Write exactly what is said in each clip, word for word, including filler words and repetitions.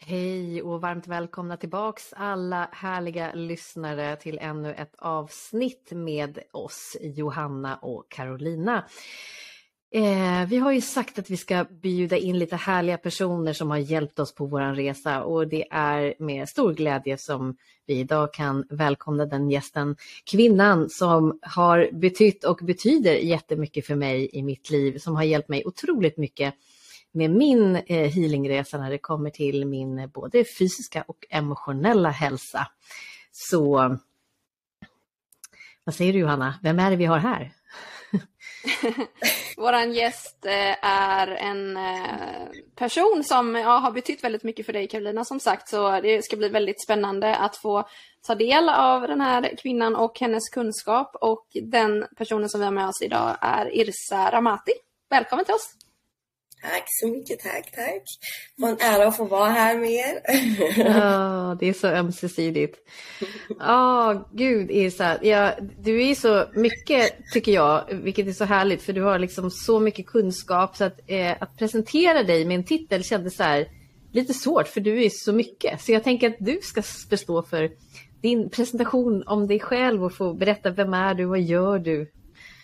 Hej och varmt välkomna tillbaks alla härliga lyssnare till ännu ett avsnitt med oss, Johanna och Carolina. Eh, vi har ju sagt att vi ska bjuda in lite härliga personer som har hjälpt oss på våran resa, och det är med stor glädje som vi idag kan välkomna den gästen, kvinnan som har betytt och betyder jättemycket för mig i mitt liv, som har hjälpt mig otroligt mycket med min eh, healingresa när det kommer till min både fysiska och emotionella hälsa. Så vad säger du, Johanna? Vem är det vi har här? Våran gäst är en person som ja, har betytt väldigt mycket för dig, Carolina, som sagt. Så det ska bli väldigt spännande att få ta del av den här kvinnan och hennes kunskap. Och den personen som vi har med oss idag är Irsa Ramati. Välkommen till oss! Tack så mycket, tack, tack. Det var en ära att få vara här med er. Ja, det är så ömsesidigt. Ja, oh, gud Irsa, ja, du är så mycket, tycker jag, vilket är så härligt, för du har liksom så mycket kunskap, så att, eh, att presentera dig med en titel kändes så här lite svårt, för du är så mycket. Så jag tänker att du ska bestå för din presentation om dig själv och få berätta, vem är du, vad gör du?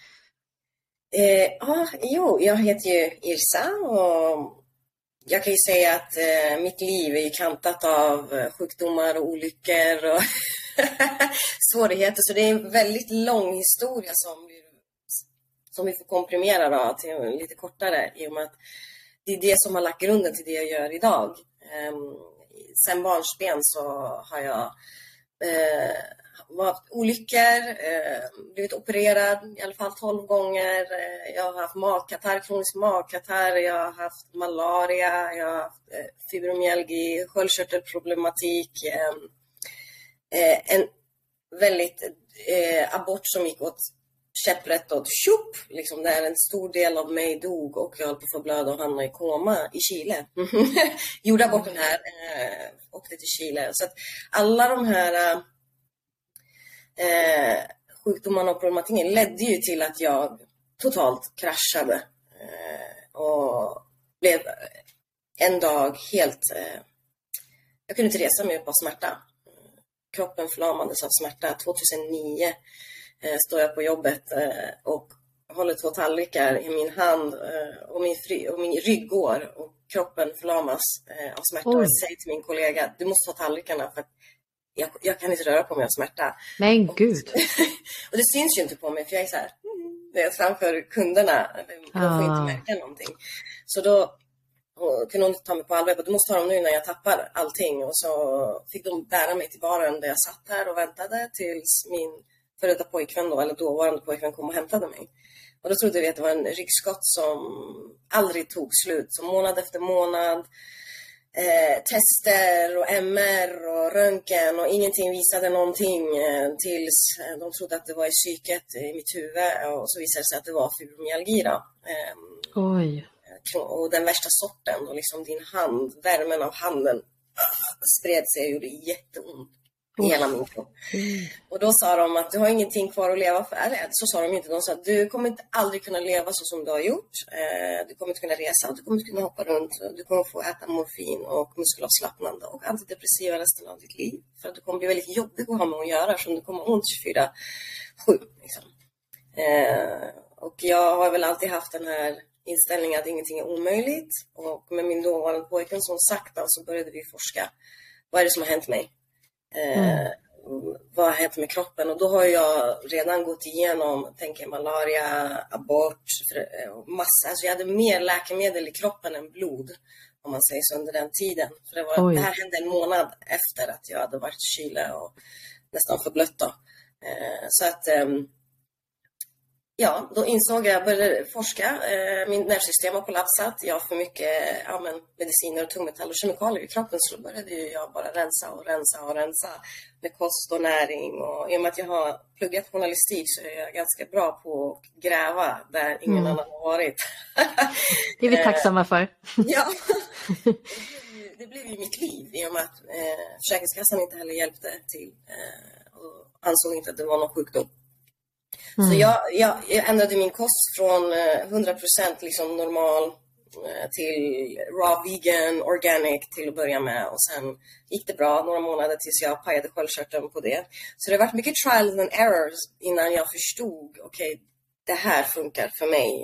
Ja, eh, ah, jo, jag heter ju Irsa och jag kan ju säga att eh, mitt liv är ju kantat av sjukdomar och olyckor och svårigheter. Så det är en väldigt lång historia som vi, som vi får komprimera då, till lite kortare, i och med att det är det som har lagt grunden till det jag gör idag. Eh, sen barnsben så har jag eh, varit olyckor, eh, blivit opererad i alla fall tolv gånger. Eh, jag har haft magkatarr, kronisk magkatarr, jag har haft malaria, jag har haft eh, fibromyalgi, sköldkörtelproblematik. Eh, eh, en väldigt eh, abort som gick åt käpprätt och tjup, liksom, där en stor del av mig dog och jag höll på att få blöda och hamna i koma i Chile. Gjorde aborten här, eh, åkte till Chile. Så att alla de här Eh, sjukdomarna och problematiken ledde ju till att jag totalt kraschade eh, och blev en dag helt eh, jag kunde inte resa mig upp av smärta. Kroppen förlamades av smärta. tjugohundranio eh, står jag på jobbet eh, och håller två tallrikar i min hand eh, och, min fri, och min rygg går och kroppen förlamas eh, av smärta. Oj. Och jag säger till min kollega, du måste ta tallrikarna för att Jag, jag kan inte röra på mig av smärta. Men gud. Och, och det syns ju inte på mig, för jag är så här, det är framför kunderna. De får ah. inte märka någonting. Så då kunde hon inte ta mig på allvar. Du måste ta dem nu när jag tappar allting. Och så fick de bära mig till baren där jag satt här och väntade tills min före detta pojkvän då, eller dåvarande pojkvän, kom och hämtade mig. Och då trodde vi att det var en ryggskott som aldrig tog slut. Så månad efter månad. Eh, tester och M R och röntgen och ingenting visade någonting eh, tills eh, de trodde att det var i psyket i mitt huvud, och så visade det sig att det var fibromyalgi då. Eh, Oj. Och den värsta sorten, och liksom din hand, värmen av handen spred sig och gjorde jätteont i hela min kropp. Mm. Och då sa de att du har ingenting kvar att leva för. Eller, så sa de inte. De sa att du kommer inte aldrig kunna leva så som du har gjort. Eh, du kommer inte kunna resa, du kommer inte kunna hoppa runt. Du kommer få äta morfin och muskelavslappnande och antidepressiva resten av ditt liv. För att du kommer bli väldigt jobbig att ha med att göra, som du kommer ha ont tjugofyra sju. Liksom. Eh, och jag har väl alltid haft den här inställningen att ingenting är omöjligt. Och med min dåvarande pojken som sagt då, så började vi forska. Vad är det som har hänt mig? Eh, mm. Vad har hänt med kroppen? Och då har jag redan gått igenom, tänker malaria, abort, massa. Alltså jag hade mer läkemedel i kroppen än blod, om man säger så, under den tiden. För det, var, det här hände en månad efter att jag hade varit i Chile och nästan förblött då. Eh, så att eh, ja, då insåg jag, började forska. Eh, min nervsystem har kollapsat. Jag har för mycket ja, men, mediciner och tungmetaller och kemikalier i kroppen. Så då började jag bara rensa och rensa och rensa med kost och näring. Och i och med att jag har pluggat journalistik så är jag ganska bra på att gräva där ingen mm. annan har varit. Det är vi tacksamma för. Ja, det blev ju mitt liv i och med att eh, Försäkringskassan inte heller hjälpte till. Eh, och ansåg inte att det var någon sjukdom. Mm. Så jag, jag, jag ändrade min kost från hundra procent liksom normal till raw vegan, organic till att börja med. Och sen gick det bra några månader tills jag pajade sköldkörteln på det. Så det har varit mycket trials and errors innan jag förstod, okej, okay, det här funkar för mig.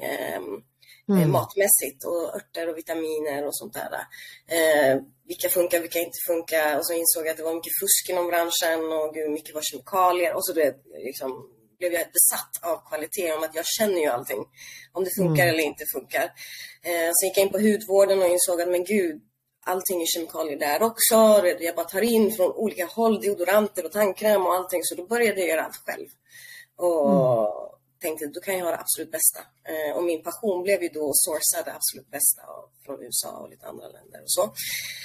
Mm. Matmässigt och örter och vitaminer och sånt där. Eh, vilka funkar, vilka inte funkar. Och så insåg jag att det var mycket fusk inom branschen och gud, mycket var kemikalier. Och så det, liksom, blev jag besatt av kvalitet, om att jag känner ju allting. Om det funkar mm. eller inte funkar. Eh, så gick jag in på hudvården och insåg att men gud, allting är kemikalier där också. Jag bara tar in från olika håll, deodoranter och tandkräm och allting. Så då började jag göra allt själv. Och... Mm. tänkte då kan jag ha det absolut bästa. Eh, och min passion blev ju då att sourca det absolut bästa från U S A och lite andra länder och så.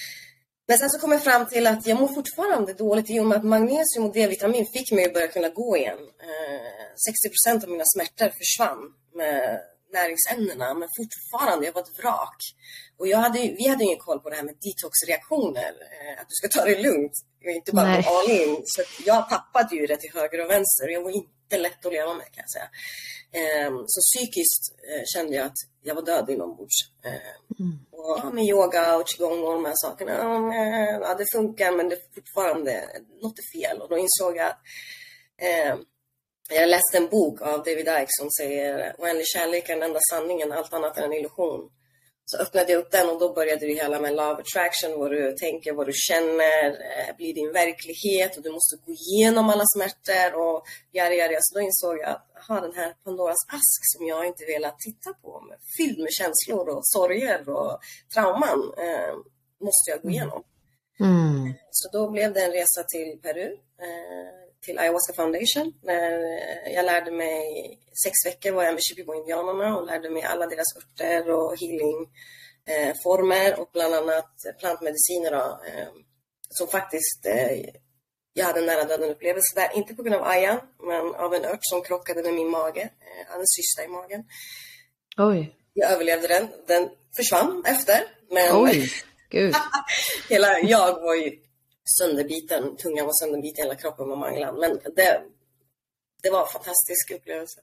Men sen så kom jag fram till att jag mår fortfarande dåligt i och med att magnesium och D-vitamin fick mig att börja kunna gå igen. Eh, sextio procent av mina smärtor försvann med näringsämnena, men fortfarande, jag var ett vrak. Och jag hade, vi hade ingen koll på det här med detoxreaktioner, eh, att du ska ta det lugnt, inte bara gå all in. Så jag tappade ju det till höger och vänster, jag var inte lätt att leva med, kan jag säga. Eh, så psykiskt eh, kände jag att jag var död inombords. Eh, mm. Och ja, med yoga och qigong och de här sakerna, eh, ja, det funkar, men det är fortfarande något är fel. Och då insåg jag att eh, jag läste en bok av David Icke som säger oändlig kärlek är den enda sanningen, allt annat är en illusion. Så öppnade jag upp den och då började det hela med love attraction, vad du tänker, vad du känner, blir din verklighet och du måste gå igenom alla smärtor och jari, jari. Så då insåg jag att aha, den här Pandoras ask som jag inte velat titta på, med, fylld med känslor och sorger och trauman, eh, måste jag gå igenom. Mm. Så då blev det en resa till Peru, eh, till Ayahuasca Foundation. När jag lärde mig, sex veckor var jag med Shipibo-indianerna och lärde mig alla deras örter och healingformer eh, och bland annat plantmediciner då, eh, som faktiskt eh, jag hade en nära döden upplevelse där, inte på grund av ayan, men av en ört som krockade med min mage. Eh, jag hade en cysta i magen. Oj. Jag överlevde den, den försvann efter, men oj, gud. hela jag var ju sönderbiten, tungan var sönderbiten, hela kroppen var manglad. Men det, det var en fantastisk upplevelse.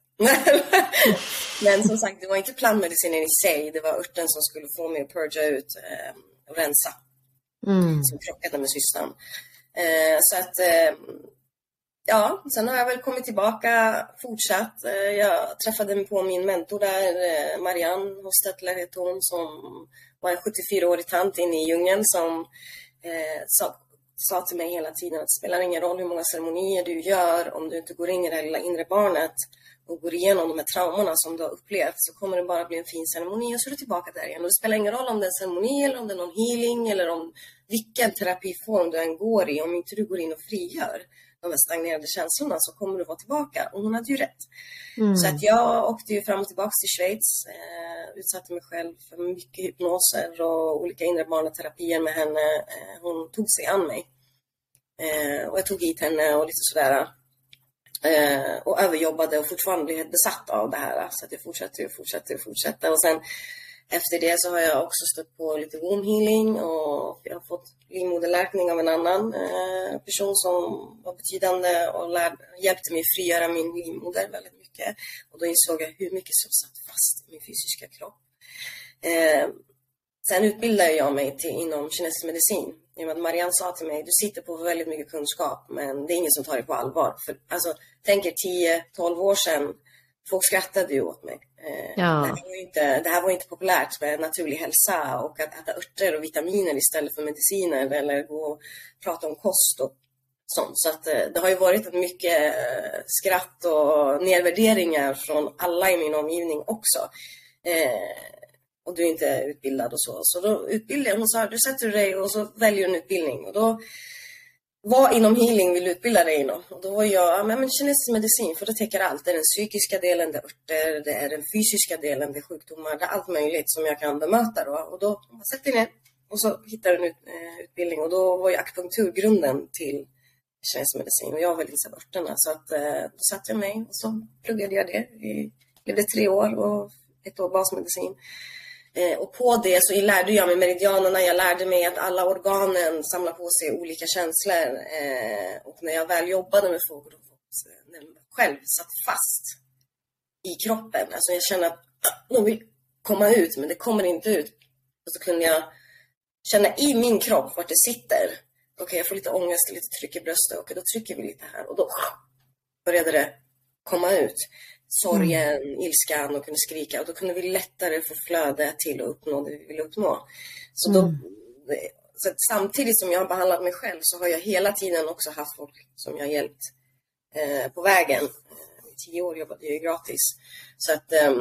Men som sagt, det var inte plantmedicinen i sig, det var örten som skulle få mig att purga ut eh, och rensa. Mm. Som krockade med system. Eh, så att eh, ja, sen har jag väl kommit tillbaka, fortsatt. Eh, jag träffade på min mentor där, eh, Marianne Hostetler heter hon, som var en sjuttiofyraårig tant inne i djungeln som eh, sa sa till mig hela tiden att det spelar ingen roll hur många ceremonier du gör, om du inte går in i det lilla inre barnet och går igenom de här traumorna som du har upplevt, så kommer det bara bli en fin ceremoni och så är du tillbaka där igen. Och det spelar ingen roll om det är en ceremoni eller om det är någon healing eller om vilken terapiform du än går i, om inte du går in och frigör de här stagnerade känslorna så kommer du vara tillbaka. Och hon hade ju rätt. Mm. Så att jag åkte ju fram och tillbaka till Schweiz, eh, utsatte mig själv för mycket hypnoser och olika inre barneterapier med henne. Eh, hon tog sig an mig. Eh, och jag tog hit henne och lite sådär. Eh, och överjobbade och fortfarande blev besatt av det här. Så att jag fortsätter och fortsätter och fortsätter. Och sen efter det så har jag också stött på lite womb healing och jag har fått livmoderläkning av en annan eh, person som var betydande och lär, hjälpte mig frigöra min livmoder väldigt mycket. Och då insåg jag hur mycket som satt fast i min fysiska kropp. Eh, sen utbildade jag mig till, inom kinesisk medicin. I och med att Marianne sa till mig, du sitter på väldigt mycket kunskap men det är ingen som tar dig på allvar. För, alltså, tänk er tio tolv år sedan, folk skrattade ju åt mig. Eh, ja. det, här var inte, det här var inte populärt med naturlig hälsa och att äta örter och vitaminer istället för mediciner eller gå och prata om kost och sånt. Så att, eh, det har ju varit mycket eh, skratt och nedvärderingar från alla i min omgivning också. Eh, och du är inte utbildad och så. Så då utbildade jag, hon sa, du sätter dig och så väljer en utbildning. Och då vad inom healing vill du utbilda dig inom? Och då var jag, ja men kinesisk medicin, för det täcker allt. Det är den psykiska delen, det är örter, det är den fysiska delen, det är sjukdomar, det är allt möjligt som jag kan bemöta då. Och då sätter jag ner och så hittar jag en ut, eh, utbildning. Och då var ju akupunktur grunden till kinesisk medicin. Och jag var lite så örterna. Så att, eh, då satte jag mig och så pluggade jag det. Det blev det tre år och ett år basmedicin. Eh, och på det så lärde jag mig meridianerna, jag lärde mig att alla organen samlar på sig olika känslor. Eh, och när jag väl jobbade med folk, då när jag själv satt fast i kroppen. Alltså jag kände att de vill komma ut, men det kommer inte ut. Och så kunde jag känna i min kropp vart det sitter. Okej, okay, jag får lite ångest, lite tryck i bröstet. Okej, okay, då trycker vi lite här. Och då började det komma ut. Sorgen, mm. ilskan och kunde skrika. Och då kunde vi lättare få flöde till att uppnå det vi vill uppnå. Så, då, mm. så samtidigt som jag har behandlat mig själv så har jag hela tiden också haft folk som jag har hjälpt eh, på vägen. I tio år jobbade jag ju gratis. Så att... Eh,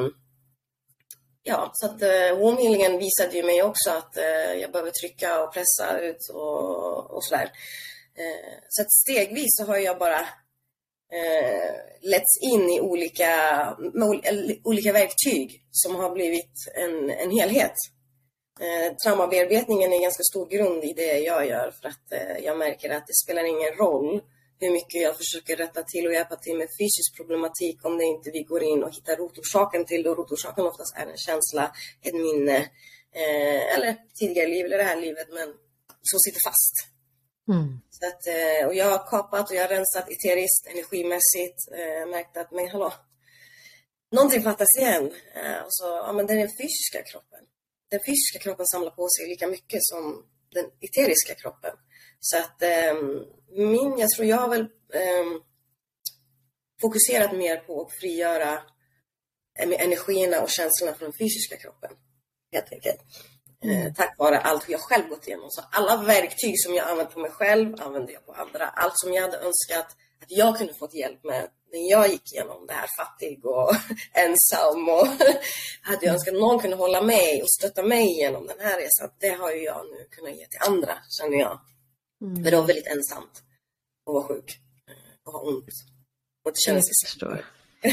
Ja, så att eh, homehealingen visade ju mig också att eh, jag behöver trycka och pressa ut och, och sådär. Eh, så att stegvis så har jag bara eh, letts in i olika, med olika verktyg som har blivit en, en helhet. Eh, traumabearbetningen är en ganska stor grund i det jag gör, för att eh, jag märker att det spelar ingen roll hur mycket jag försöker rätta till och hjälpa till med fysisk problematik om det inte vi går in och hittar rotorsaken till det. Och rotorsaken oftast är en känsla, ett minne eh, eller tidigare liv eller det här livet, men som sitter fast. Mm. Så att, eh, och jag har kapat och jag har rensat eteriskt, energimässigt, eh, märkt att men hallå, någonting fattas igen. Eh, och så, ja, men det är den fysiska kroppen. Den fysiska kroppen samlar på sig lika mycket som den eteriska kroppen. Så att eh, min, jag tror jag har väl eh, fokuserat mer på att frigöra energierna och känslorna från den fysiska kroppen. Helt enkelt. Mm. Eh, tack vare allt jag själv gått igenom. Så alla verktyg som jag använt på mig själv använder jag på andra. Allt som jag hade önskat att jag kunde fått hjälp med när jag gick igenom det här fattig och ensam. Och hade jag önskat att någon kunde hålla mig och stötta mig genom den här resan. Det har ju jag nu kunnat ge till andra, känner jag. Mm. För det var väldigt ensamt att vara sjuk och ha ont. Och det känns jag förstår.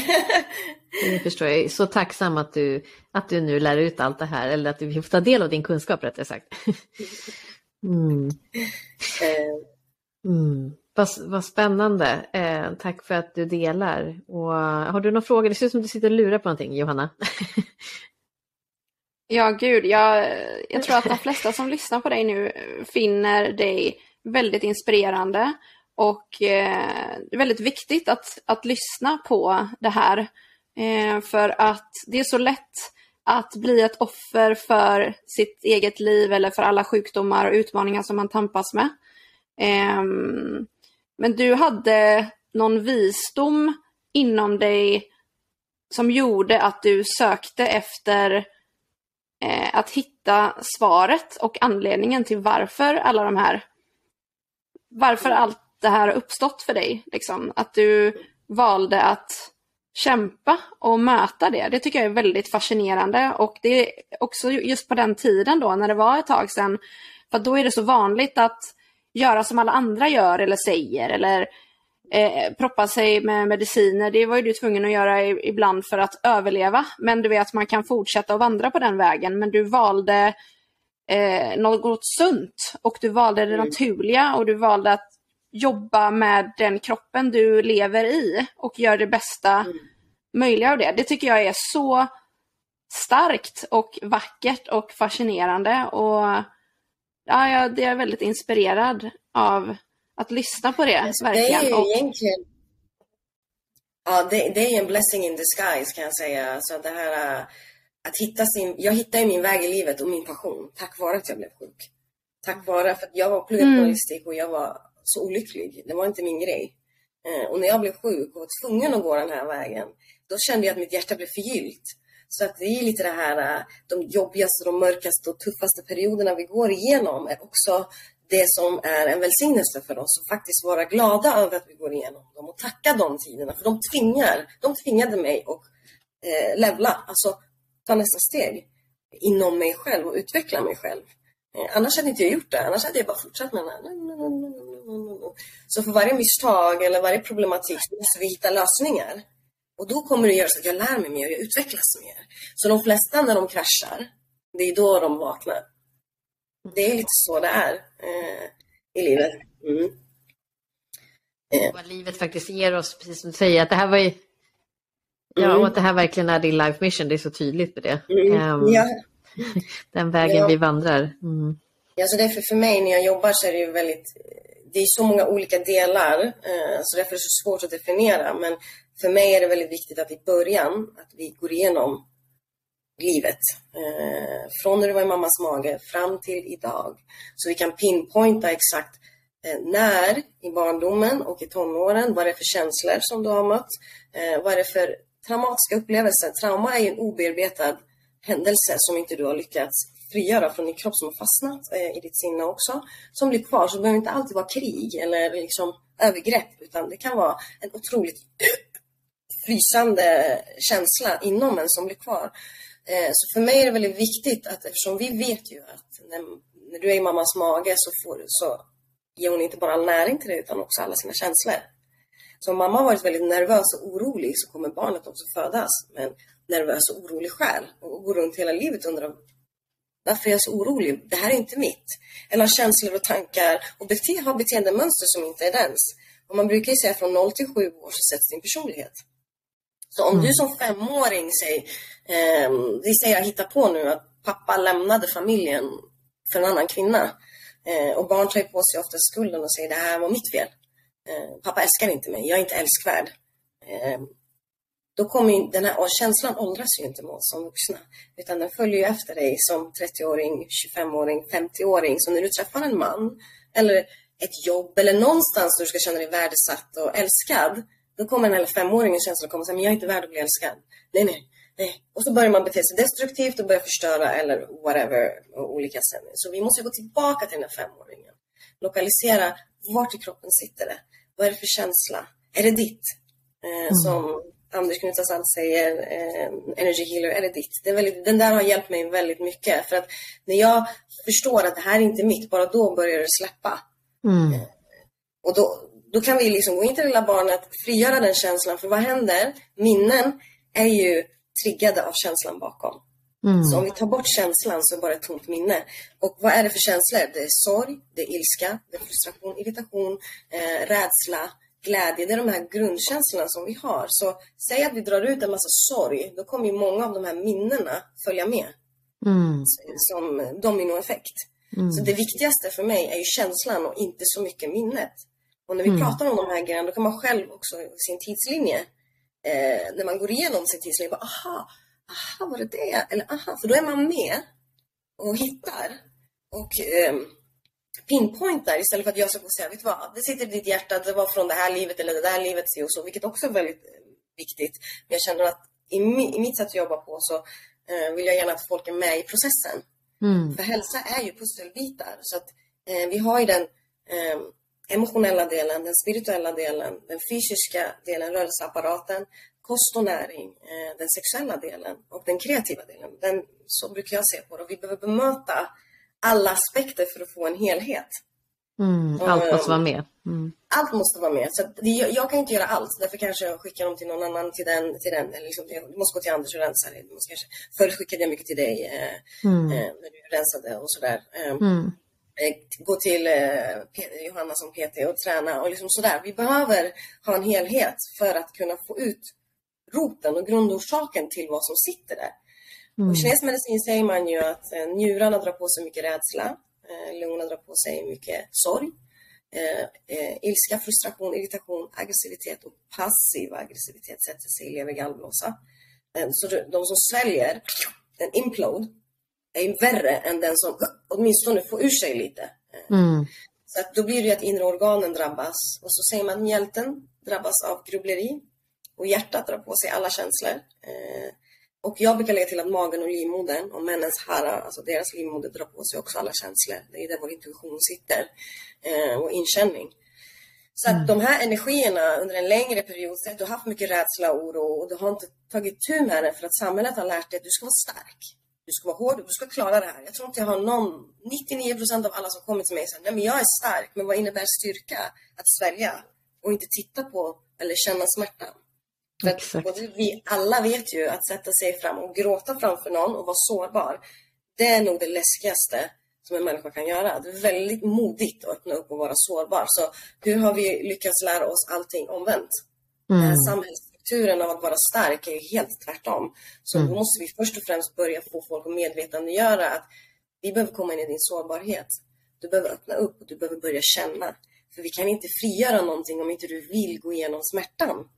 Jag förstår. Jag är så tacksam att du, att du nu lär ut allt det här. Eller att du får ta del av din kunskap, rättare sagt. Mm. Mm. Vad, vad spännande. Eh, tack för att du delar. Och, har du några frågor? Det ser ut som att du sitter och lurar på någonting, Johanna. Ja, gud. Jag, jag tror att de flesta som lyssnar på dig nu finner dig väldigt inspirerande. Och eh, det är väldigt viktigt att, att lyssna på det här. Eh, för att det är så lätt att bli ett offer för sitt eget liv eller för alla sjukdomar och utmaningar som man tampas med. Eh, men du hade någon visdom inom dig som gjorde att du sökte efter eh, att hitta svaret och anledningen till varför alla de här, varför allt det här har uppstått för dig. Liksom. Att du valde att kämpa och möta det. Det tycker jag är väldigt fascinerande. Och det är också just på den tiden då, när det var ett tag sedan. För då är det så vanligt att göra som alla andra gör eller säger. Eller eh, proppa sig med mediciner. Det var ju du tvungen att göra ibland för att överleva. Men du vet att man kan fortsätta att vandra på den vägen. Men du valde eh, något sunt. Och du valde det naturliga. Och du valde att jobba med den kroppen du lever i och gör det bästa mm. möjliga av det. Det tycker jag är så starkt och vackert och fascinerande. Och ja, jag är väldigt inspirerad av att lyssna på det. Alltså, verkligen. Det är ju egentligen ja, det, det är en blessing in disguise, kan jag säga. Så det här att hitta sin, jag hittade min väg i livet och min passion tack vare att jag blev sjuk. Tack vare för att jag var pluggat mm. journalistik och jag var så olycklig. Det var inte min grej. Eh, och när jag blev sjuk och var tvungen att gå den här vägen, då kände jag att mitt hjärta blev förgyllt. Så att det är lite det här, de jobbigaste, de mörkaste och tuffaste perioderna vi går igenom är också det som är en välsignelse för oss. Och faktiskt vara glada över att vi går igenom dem och tacka de tiderna. För de tvingar, de tvingade mig att eh, levla, alltså ta nästa steg inom mig själv och utveckla mig själv. Eh, annars hade inte jag gjort det. Annars hade jag bara fortsatt med den här. Så för varje misstag eller varje problematik så måste vi hitta lösningar. Och då kommer det göra så att jag lär mig mer och jag utvecklas mer. Så de flesta när de kraschar, det är då de vaknar. Det är lite så det är eh, i livet. Mm. Eh. Vad livet faktiskt ger oss, precis som du säger, att det här var ju, ja, mm. och att det här verkligen är din life mission, det är så tydligt med det. Mm. Um, ja. Den vägen ja. vi vandrar. Mm. Ja, så därför för mig när jag jobbar så är det ju väldigt, det är så många olika delar, eh, så därför är det så svårt att definiera. Men för mig är det väldigt viktigt att i början, att vi går igenom livet. Eh, från när du var i mammas mage fram till idag. Så vi kan pinpointa exakt eh, när i barndomen och i tonåren, vad det är för känslor som du har mött. Eh, vad är det för traumatiska upplevelser. Trauma är ju en obearbetad händelse som inte du har lyckats frigöra från din kropp, som har fastnat eh, i ditt sinne också. Som blir kvar, så det behöver inte alltid vara krig eller liksom övergrepp, utan det kan vara en otroligt frysande känsla inom en som blir kvar. Eh, så för mig är det väldigt viktigt att, eftersom vi vet ju att när, när du är i mammas mage så, får du, så ger hon inte bara all näring till dig utan också alla sina känslor. Så om mamma har varit väldigt nervös och orolig så kommer barnet också födas med en nervös och orolig själ. Och går runt hela livet och undrar, varför är jag så orolig? Det här är inte mitt. Eller har känslor och tankar och bete- har beteendemönster som inte är dens. Och man brukar ju säga från noll till sju år så sätts din personlighet. Så om mm. du som femåring säger, eh, vi säger jag hittar på nu att pappa lämnade familjen för en annan kvinna. Eh, och barn tar på sig ofta skulden och säger det här var mitt fel. Eh, pappa älskar inte mig, jag är inte älskvärd. Eh, då kommer ju den här och känslan åldras ju inte mot som vuxna. Utan den följer ju efter dig som trettioåring, tjugofemåring, femtioåring. Så när du träffar en man eller ett jobb eller någonstans där du ska känna dig värdesatt och älskad. Då kommer den här femåringens känsla komma och säga, men jag är inte värd att bli älskad. Nej, nej, nej. Och så börjar man bete sig destruktivt och börjar förstöra eller whatever. Och olika sätt. Så vi måste gå tillbaka till den här femåringen. Lokalisera vart i kroppen sitter det. Vad är det för känsla? Är det ditt? Eh, mm. Som Anders Knutsson säger, eh, Energy Healer, är det ditt? Det är väldigt, den där har hjälpt mig väldigt mycket. För att när jag förstår att det här är inte mitt, bara då börjar det släppa. Mm. Eh, och då, då kan vi liksom gå in till det lilla barnet, frigöra den känslan. För vad händer? Minnen är ju triggade av känslan bakom. Mm. Så om vi tar bort känslan så är det bara ett tomt minne. Och vad är det för känslor? Det är sorg, det är ilska, det är frustration, irritation, eh, rädsla, glädje. Det är de här grundkänslorna som vi har. Så säg att vi drar ut en massa sorg, då kommer ju många av de här minnena följa med. Mm. Som dominoeffekt. Mm. Så det viktigaste för mig är ju känslan och inte så mycket minnet. Och när vi mm. pratar om de här grejerna, då kan man själv också i sin tidslinje, eh, när man går igenom sin tidslinje, bara aha, aha, var det det? Eller aha, för då är man med och hittar och eh, pinpointar istället för att jag ska få säga, vet du vad, det sitter i ditt hjärta, det var från det här livet eller det där livet, och så, vilket också är väldigt viktigt. Men jag känner att i, mi, i mitt sätt att jobba på så eh, vill jag gärna att folk är med i processen. Mm. För hälsa är ju pusselbitar. Så att eh, vi har ju den eh, emotionella delen, den spirituella delen, den fysiska delen, rörelseapparaten, kost och näring, eh, den sexuella delen och den kreativa delen. Den, så brukar jag se på det. Vi behöver bemöta alla aspekter för att få en helhet. Mm, allt måste vara med. Mm. Allt måste vara med. Så att det, jag kan inte göra allt. Därför kanske jag skickar dem till någon annan, till den, till den. Eller liksom, du måste gå till Anders och rensa det. Du måste kanske, förut skickade jag mycket till dig eh, mm. eh, när du rensade och sådär. Eh, mm. eh, gå till eh, P- Johanna som P T och träna och liksom sådär. Vi behöver ha en helhet för att kunna få ut roten och grundorsaken till vad som sitter där. Mm. Och i kinesisk medicin säger man ju att eh, njurarna drar på sig mycket rädsla. Eh, lungorna drar på sig mycket sorg. Eh, eh, ilska, frustration, irritation, aggressivitet och passiv aggressivitet sätter sig i lever gallblåsa. Eh, så de, de som sväljer en implode är ju värre än den som åtminstone får ur sig lite. Eh, mm. Så att då blir det ju att inre organen drabbas. Och så säger man att mjälten drabbas av grubbleri. Och hjärtat drar på sig alla känslor. Eh, och jag brukar lägga till att magen och livmodern och männens hara, alltså deras livmoder, drar på sig också alla känslor. Det är där vår intuition sitter. Eh, och inkänning. Så att mm. de här energierna under en längre period, så att du har haft mycket rädsla och oro och du har inte tagit tur med det för att samhället har lärt dig att du ska vara stark. Du ska vara hård och du ska klara det här. Jag tror inte jag har någon, nittionio procent av alla som kommer till mig säger, nej men jag är stark, men vad innebär styrka? Att svälja och inte titta på eller känna smärtan. För att både vi alla vet ju att sätta sig fram och gråta framför någon och vara sårbar. Det är nog det läskigaste som en människa kan göra. Det är väldigt modigt att öppna upp och vara sårbar. Så hur har vi lyckats lära oss allting omvänt? Mm. Samhällsstrukturen av att vara stark är ju helt tvärtom. Så mm. då måste vi först och främst börja få folk att medvetandegöra att vi behöver komma in i din sårbarhet. Du behöver öppna upp och du behöver börja känna. För vi kan inte frigöra någonting om inte du vill gå igenom smärtan.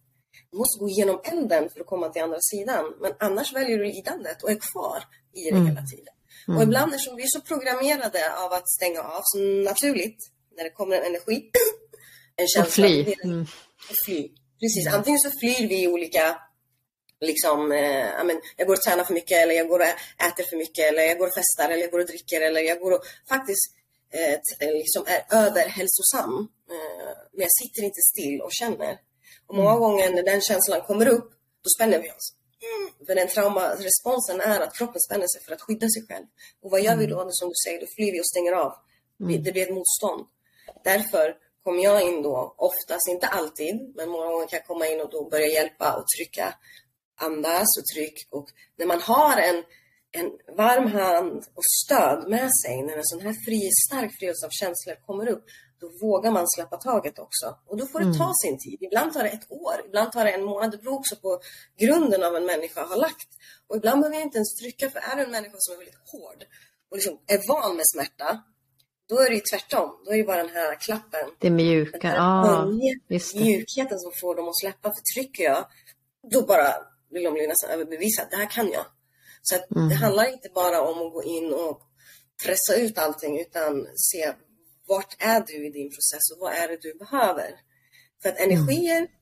Du måste gå igenom elden för att komma till andra sidan. Men annars väljer du lidandet och är kvar i det mm. hela tiden. Mm. Och ibland är vi så programmerade av att stänga av så naturligt när det kommer en energi. En känsla. Och fly. Mm. Och fly. Precis. Antingen så flyr vi i olika liksom, eh, jag, men, jag går och tränar för mycket eller jag går och äter för mycket eller jag går och festar eller jag går och dricker eller jag går och faktiskt eh, t- liksom är överhälsosam. Eh, men jag sitter inte still och känner. Och många mm. gånger när den känslan kommer upp, då spänner vi oss. Mm. För den traumaresponsen är att kroppen spänner sig för att skydda sig själv. Och vad gör vi då? Som du säger, då flyr vi och stänger av. Mm. Det blir ett motstånd. Därför kommer jag in då, oftast, inte alltid, men många gånger kan jag komma in och då börja hjälpa och trycka, andas och tryck. Och när man har en, en varm hand och stöd med sig, när en sån här fri, stark frihets av känslor kommer upp, då vågar man släppa taget också. Och då får det ta sin tid. Ibland tar det ett år, ibland tar det en månad. Det beror också på grunden av en människa har lagt. Och ibland behöver jag inte ens trycka, för är det en människa som är väldigt hård och liksom är van med smärta, då är det ju tvärtom. Då är det bara den här klappen. Det mjuka. Den här ah, mjukheten som får dem att släppa. För trycker jag, då bara vill de bli nästan överbevisa att det här kan jag. Så att mm. det handlar inte bara om att gå in och pressa ut allting, utan se vart är du i din process och vad är det du behöver. För att energier, mm.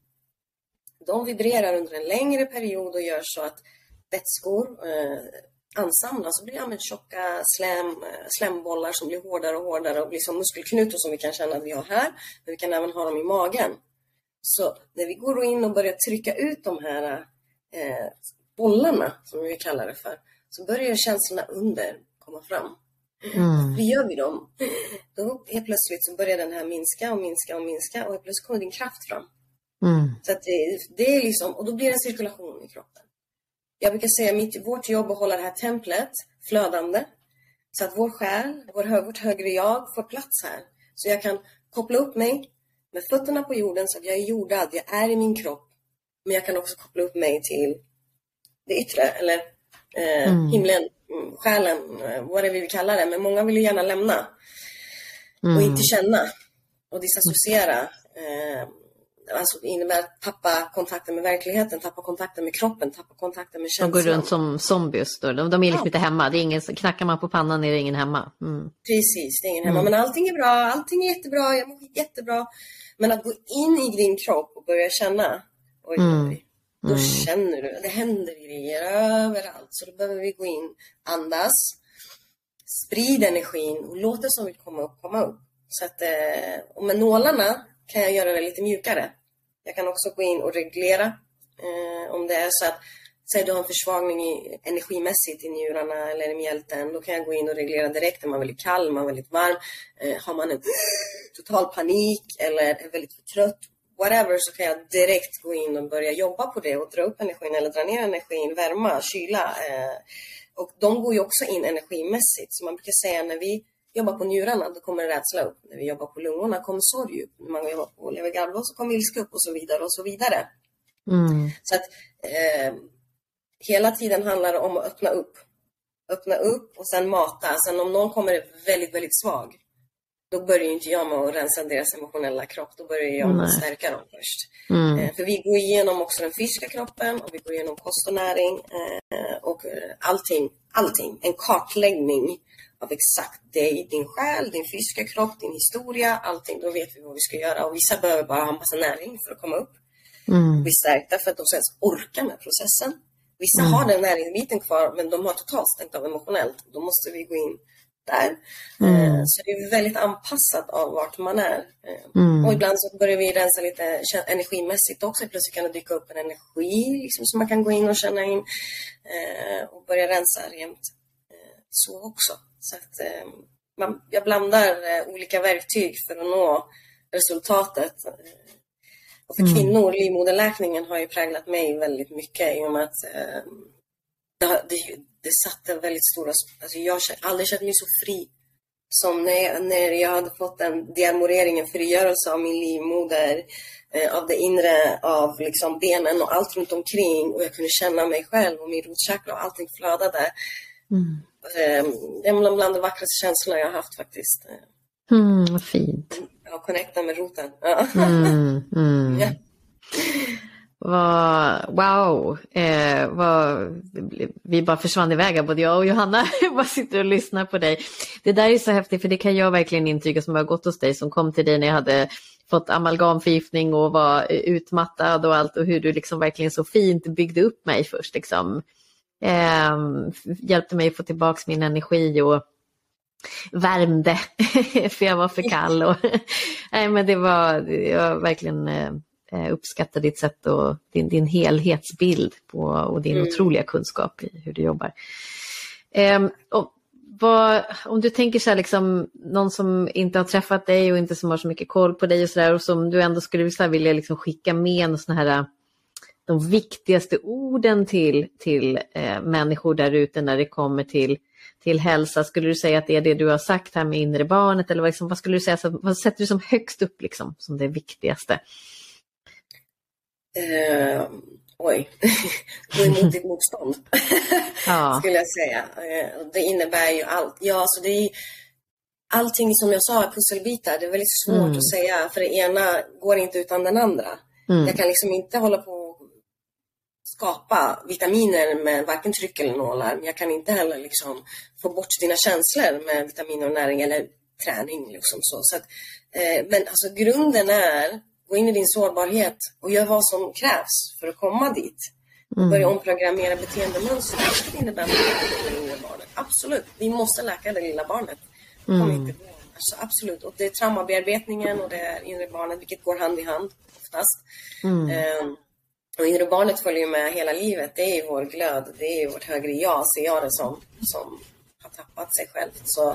de vibrerar under en längre period och gör så att vätskor eh, ansamlas och blir ja, men, tjocka slem, slembollar som blir hårdare och hårdare och blir som muskelknutor som vi kan känna att vi har här. Men vi kan även ha dem i magen. Så när vi går in och börjar trycka ut de här eh, bollarna, som vi kallar det för, så börjar känslorna under komma fram. Mm. Hur gör vi dem? Då helt plötsligt så börjar den här minska och minska och minska och helt plötsligt kommer din kraft fram. Mm. Så att det, det är liksom, och då blir det en cirkulation i kroppen. Jag brukar säga mitt, vårt jobb att hålla det här templet flödande. Så att vår själ, vår, vårt högre jag får plats här. Så jag kan koppla upp mig med fötterna på jorden så att jag är jordad, jag är i min kropp. Men jag kan också koppla upp mig till det yttre, eller eh, mm. himlen, själen, vad det vi vill kalla det. Men många vill ju gärna lämna mm. och inte känna och disassociera. Eh, alltså det innebär att tappa kontakten med verkligheten, tappa kontakten med kroppen, tappa kontakten med känslan. De går runt som zombies då. De, de är liksom ja. inte hemma. Det är ingen, knackar man på pannan är det ingen hemma. Mm. Precis, det är ingen hemma. Mm. Men allting är bra, allting är jättebra, jag mår jättebra. Men att gå in i din kropp och börja känna, oj, mm. oj, då mm. känner du, det händer grejer överallt. Så då behöver vi gå in, andas, sprid energin och låt det som vill komma upp, komma upp. Så att, och med nålarna kan jag göra det lite mjukare. Jag kan också gå in och reglera eh, om det är så att, säg du har en försvagning i, energimässigt i njurarna eller i mjälten, då kan jag gå in och reglera direkt om man är väldigt kall, om man är väldigt varm. Eh, har man en total panik eller är väldigt för trött, whatever, så kan jag direkt gå in och börja jobba på det och dra upp energin eller dra ner energin, värma, kyla. Eh, och de går ju också in energimässigt. Så man brukar säga när vi jobbar på njurarna, då kommer rädsla upp. När vi jobbar på lungorna kommer sorg upp. När man jobbar på levergalva så kommer ilska upp och så vidare och så vidare. Mm. Så att eh, hela tiden handlar det om att öppna upp. Öppna upp och sen mata. Sen om någon kommer väldigt, väldigt svag, då börjar inte jag med att rensa deras emotionella kropp. Då börjar jag med att stärka dem först. Mm. Eh, för vi går igenom också den fysiska kroppen och vi går igenom kost och näring eh, och allting, allting. En kartläggning av exakt dig, din själ, din fysiska kropp, din historia, allting. Då vet vi vad vi ska göra. Och vissa behöver bara ha en massa näring för att komma upp. Mm. Vi stärkta för att de ska ens orka med processen. Vissa mm. har den näringsbiten kvar, men de har totalt stängt av emotionellt. Då måste vi gå in där. Mm. Så det är väldigt anpassat av vart man är. Mm. Och ibland så börjar vi rensa lite energimässigt också. Plötsligt kan det dyka upp en energi liksom, som man kan gå in och känna in. Och börja rensa rent så också. Så att man, jag blandar olika verktyg för att nå resultatet. Och för mm. kvinnor, livmoderläkningen har ju präglat mig väldigt mycket i och med att eh, det, det, det satte väldigt stora... Alltså jag har aldrig känt mig så fri som när jag, när jag hade fått en dearmorering, en frigörelse av min livmoder, eh, av det inre, av liksom benen och allt runt omkring. Och jag kunde känna mig själv och min rotchakra och allting flödade. Mm. Eh, det är bland de vackraste känslorna jag har haft faktiskt. Mm, vad fint. Ja, connecta med roten. Ja. Mm, mm. Ja. Vad, wow, eh, vad, vi bara försvann iväg, både jag och Johanna bara sitter och lyssnar på dig. Det där är så häftigt, för det kan jag verkligen intyga som har gått hos dig, som kom till dig när jag hade fått amalgamförgiftning och var utmattad och allt, och hur du liksom verkligen så fint byggde upp mig först liksom. Eh, hjälpte mig att få tillbaka min energi och värmde för jag var för kall och, nej, men det var, jag verkligen eh, uppskattar ditt sätt och din, din helhetsbild på, och din mm. otroliga kunskap i hur du jobbar. Eh, och vad, om du tänker så här, liksom, någon som inte har träffat dig och inte som har så mycket koll på dig och så där, och som du ändå skulle så här, vilja liksom skicka med en sån här, de viktigaste orden till, till eh, människor där ute när det kommer till, till hälsa, skulle du säga att det är det du har sagt här med inre barnet, eller vad, liksom, vad skulle du säga, så, vad sätter du som högst upp liksom, som det viktigaste? Uh, oj, gå emot ditt motstånd ja. Skulle jag säga. Uh, det innebär ju allt. Ja, alltså det är allting som jag sa är pusselbitar. Det är väldigt svårt mm. att säga, för det ena går inte utan den andra. Mm. Jag kan liksom inte hålla på och skapa vitaminer med varken tryck eller nålar. Men jag kan inte heller liksom få bort dina känslor med vitaminer och näring eller träning. Liksom så. Så att, eh, men alltså grunden är, gå in i din sårbarhet och gör vad som krävs för att komma dit. Och börja omprogrammera beteendemönster. Det innebär det lilla barnet. Absolut, vi måste läka det lilla barnet. Det kommer inte gå. Alltså, absolut, och det är traumabearbetningen och det är inre barnet, vilket går hand i hand oftast. Mm. Um, och inre barnet följer med hela livet. Det är ju vår glöd, det är ju vårt högre jag, ser jag det som, som har tappat sig själv. Så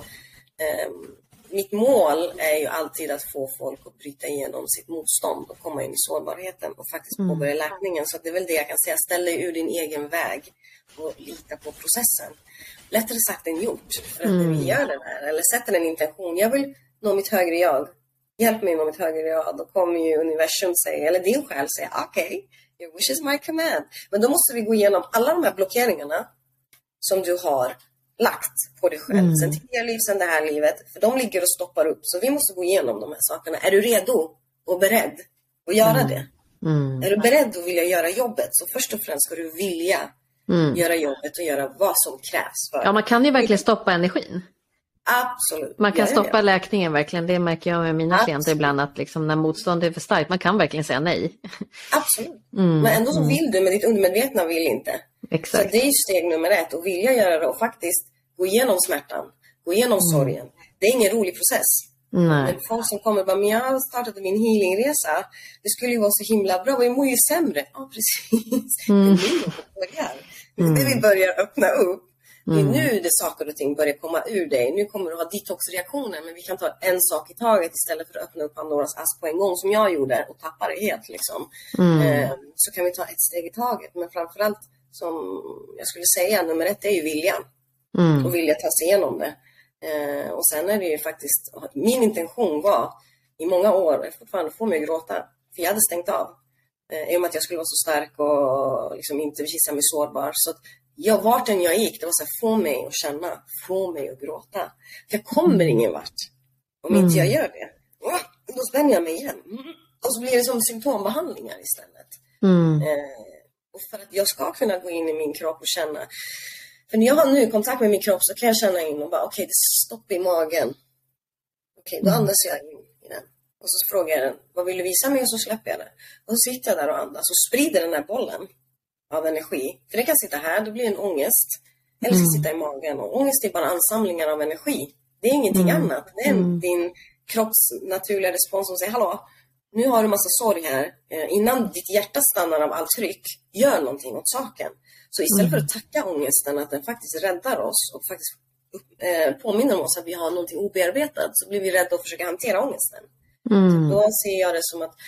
um, mitt mål är ju alltid att få folk att bryta igenom sitt motstånd och komma in i sårbarheten och faktiskt mm. påbörja läkningen. Så det är väl det jag kan säga, ställ dig ur din egen väg och lita på processen. Lättare sagt än gjort. För att mm. när vi gör det här, eller sätter en intention, jag vill nå mitt högre jag, hjälp mig nå mitt högre jag, då kommer ju universum säga, eller din själ säga, okej, okay, your wish is my command. Men då måste vi gå igenom alla de här blockeringarna som du har lagt på dig själv. Mm. Sen tidigare liv, sen det här livet. För de ligger och stoppar upp. Så vi måste gå igenom de här sakerna. Är du redo och beredd att göra mm. det? Mm. Är du beredd att vilja göra jobbet? Så först och främst ska du vilja mm. göra jobbet och göra vad som krävs. För. Ja, man kan ju verkligen stoppa energin. Absolut. Man kan stoppa ja. läkningen verkligen. Det märker jag med mina Absolut. klienter ibland. Att liksom när motståndet är för starkt, man kan verkligen säga nej. Absolut. Mm. Men ändå så vill du, men ditt undermedvetna vill inte. Exakt. Så det är ju steg nummer ett. Och vilja göra det och faktiskt gå igenom smärtan. Gå igenom mm. sorgen. Det är ingen rolig process. Nej. Men folk som kommer bara, men jag har startat min healingresa. Det skulle ju vara så himla bra. Och jag mår ju sämre. Ja, precis. Mm. Det är nu det börjar. Mm. Det vi börjar öppna upp. Det är nu det saker och ting börjar komma ur dig. Nu kommer du ha detoxreaktioner. Men vi kan ta en sak i taget istället för att öppna upp Pandoras ask på en gång som jag gjorde. Och tappa det helt liksom. Mm. Eh, så kan vi ta ett steg i taget. Men framförallt som jag skulle säga, nummer ett är ju viljan. Mm. Och vilja ta sig igenom det. Eh, och sen är det ju faktiskt, min intention var i många år, jag fortfarande får mig att gråta. För jag hade stängt av. Eh, I och med att jag skulle vara så stark och liksom inte kissa mig sårbar. Så att jag, vart än jag gick, det var så här, få mig att känna, få mig att gråta. För jag kommer ingen vart om mm. inte jag gör det. Då spänner jag mig igen. Och så blir det som symptombehandlingar istället. Mm. Eh, och för att jag ska kunna gå in i min kropp och känna. För när jag har nu kontakt med min kropp så kan jag känna in och bara, okej, okay, det är stopp i magen. Okej, okay, då andas jag in i den. Och så frågar jag den, vad vill du visa mig? Och så släpper jag det. Och så sitter jag där och andas och sprider den här bollen av energi. För det kan sitta här, det blir en ångest. Eller ska mm. sitta i magen. Och ångest är bara ansamlingar av energi. Det är ingenting mm. annat. Det är mm. din kropps naturliga respons som säger, hallå, nu har du massa sorg här. Innan ditt hjärta stannar av allt tryck, gör någonting åt saken. Så istället mm. för att tacka ångesten att den faktiskt räddar oss och faktiskt eh, påminner oss att vi har någonting obearbetat, så blir vi rädda att försöka hantera ångesten. Mm. Då ser jag det som att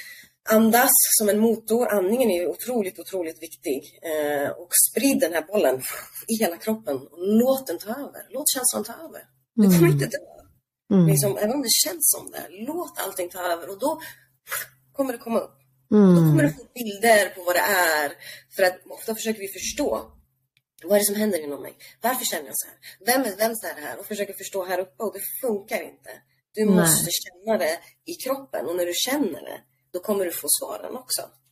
andas som en motor. Andningen är otroligt, otroligt viktig. Eh, och sprid den här bollen i hela kroppen. Och låt den ta över. Låt känslan ta över. Du kommer mm. inte dö. Mm. Liksom, även om det känns som det. Låt allting ta över. Och då kommer det komma upp. Mm. Då kommer du få bilder på vad det är. För att ofta försöker vi förstå. Vad är det som händer inom mig? Varför känner jag så här? Vem är, vem är det här? Och försöker förstå här uppe. Och det funkar inte. Du Nej. måste känna det i kroppen. Och när du känner det, då kommer du få svaren också.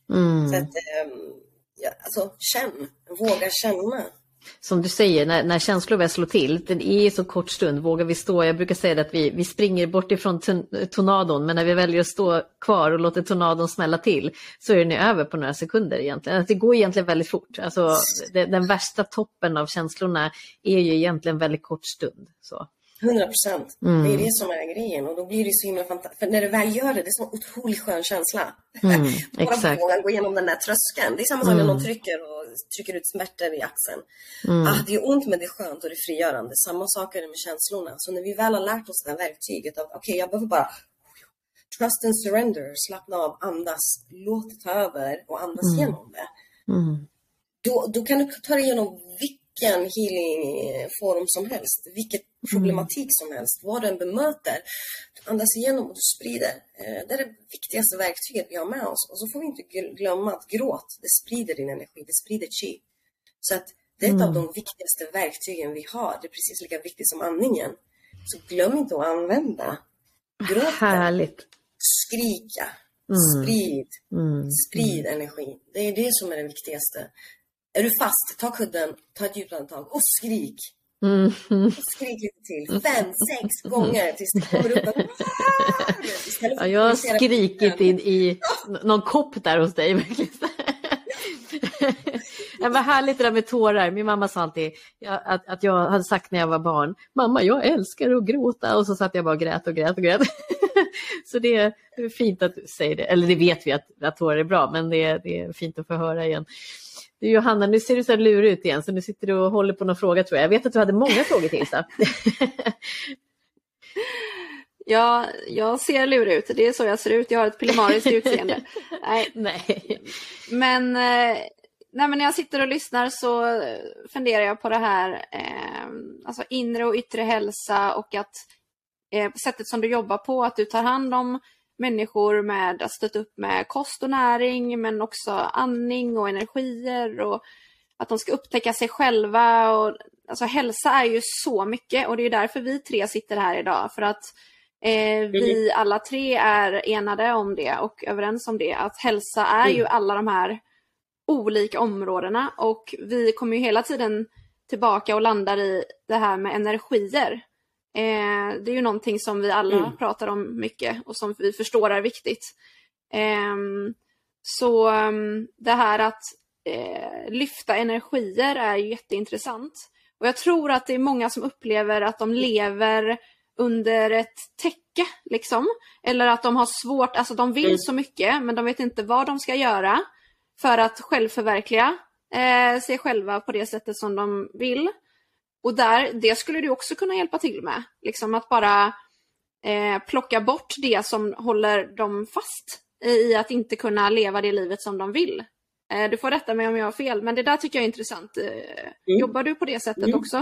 Mm. Så att, ja, alltså känn, våga känna. Som du säger, när, när känslor väl slår till, den är så kort stund, vågar vi stå, jag brukar säga att vi, vi springer bort ifrån tornadon, men när vi väljer att stå kvar och låter tornadon smälla till, så är den över på några sekunder egentligen. Alltså, det går egentligen väldigt fort, alltså, det, den värsta toppen av känslorna är ju egentligen väldigt kort stund. Så. hundra procent. Mm. Det är det som är grejen. Och då blir det så himla fantastiskt. För när du väl gör det, det är så en otroligt skön känsla. Mm, Bara exakt. våga gå igenom den där tröskeln. Det är samma sak mm. när någon trycker och trycker ut smärtor i axeln. Mm. Ah, det är ont men det är skönt och det är frigörande. Samma sak är det med känslorna. Så när vi väl har lärt oss det här verktyget. Okej, okay, jag behöver bara trust and surrender. Slappna av, andas. Låt det ta över och andas mm. igenom det. Mm. Då, då kan du ta dig igenom vilken healing-form som helst, vilket problematik som helst, vad du än bemöter, du andas igenom och du sprider. Det är det viktigaste verktyget vi har med oss. Och så får vi inte glömma att gråt, det sprider din energi, det sprider chi. Så att det är ett mm. av de viktigaste verktygen vi har. Det är precis lika viktigt som andningen. Så glöm inte att använda gråt. Härligt. Skrika, mm. sprid, mm. sprid energi. Det är det som är det viktigaste. Är du fast, ta kudden, ta ett djupt andetag och skrik. Mm. Och skrik lite till. Fem, sex gånger tills det kommer upp en... Ja, jag har skrikit in i någon kopp där hos dig. Verkligen. Det var härligt det där med tårar. Min mamma sa alltid att, att jag hade sagt när jag var barn: mamma, jag älskar att gråta. Och så satt jag bara och grät och grät och grät. Så det är, det är fint att du säger det. Eller det vet vi att, att tårar är bra, men det är, det är fint att få höra igen. Du, Johanna, nu ser du så här lurig ut igen, så nu sitter du och håller på någon fråga, tror jag. Jag vet att du hade många frågor till, så. Ja, jag ser lurig ut. Det är så jag ser ut. Jag har ett pillemariskt utseende. Nej. Nej. Men, nej, men när jag sitter och lyssnar så funderar jag på det här, eh, alltså inre och yttre hälsa, och att eh, sättet som du jobbar på, att du tar hand om människor med att stötta upp med kost och näring, men också andning och energier, och att de ska upptäcka sig själva. Och, alltså, hälsa är ju så mycket, och det är därför vi tre sitter här idag, för att eh, vi alla tre är enade om det och överens om det, att hälsa är mm. ju alla de här olika områdena, och vi kommer ju hela tiden tillbaka och landar i det här med energier. Eh, det är ju någonting som vi alla mm. pratar om mycket och som vi förstår är viktigt. Eh, så um, det här att eh, lyfta energier är ju jätteintressant. Och jag tror att det är många som upplever att de lever under ett täcke, liksom. Eller att de har svårt, alltså de vill mm. så mycket, men de vet inte vad de ska göra för att självförverkliga eh, sig själva på det sättet som de vill. Och där, det skulle du också kunna hjälpa till med. Liksom att bara eh, plocka bort det som håller dem fast i att inte kunna leva det livet som de vill. Eh, du får rätta mig om jag har fel, men det där tycker jag är intressant. Eh, mm. Jobbar du på det sättet mm. också?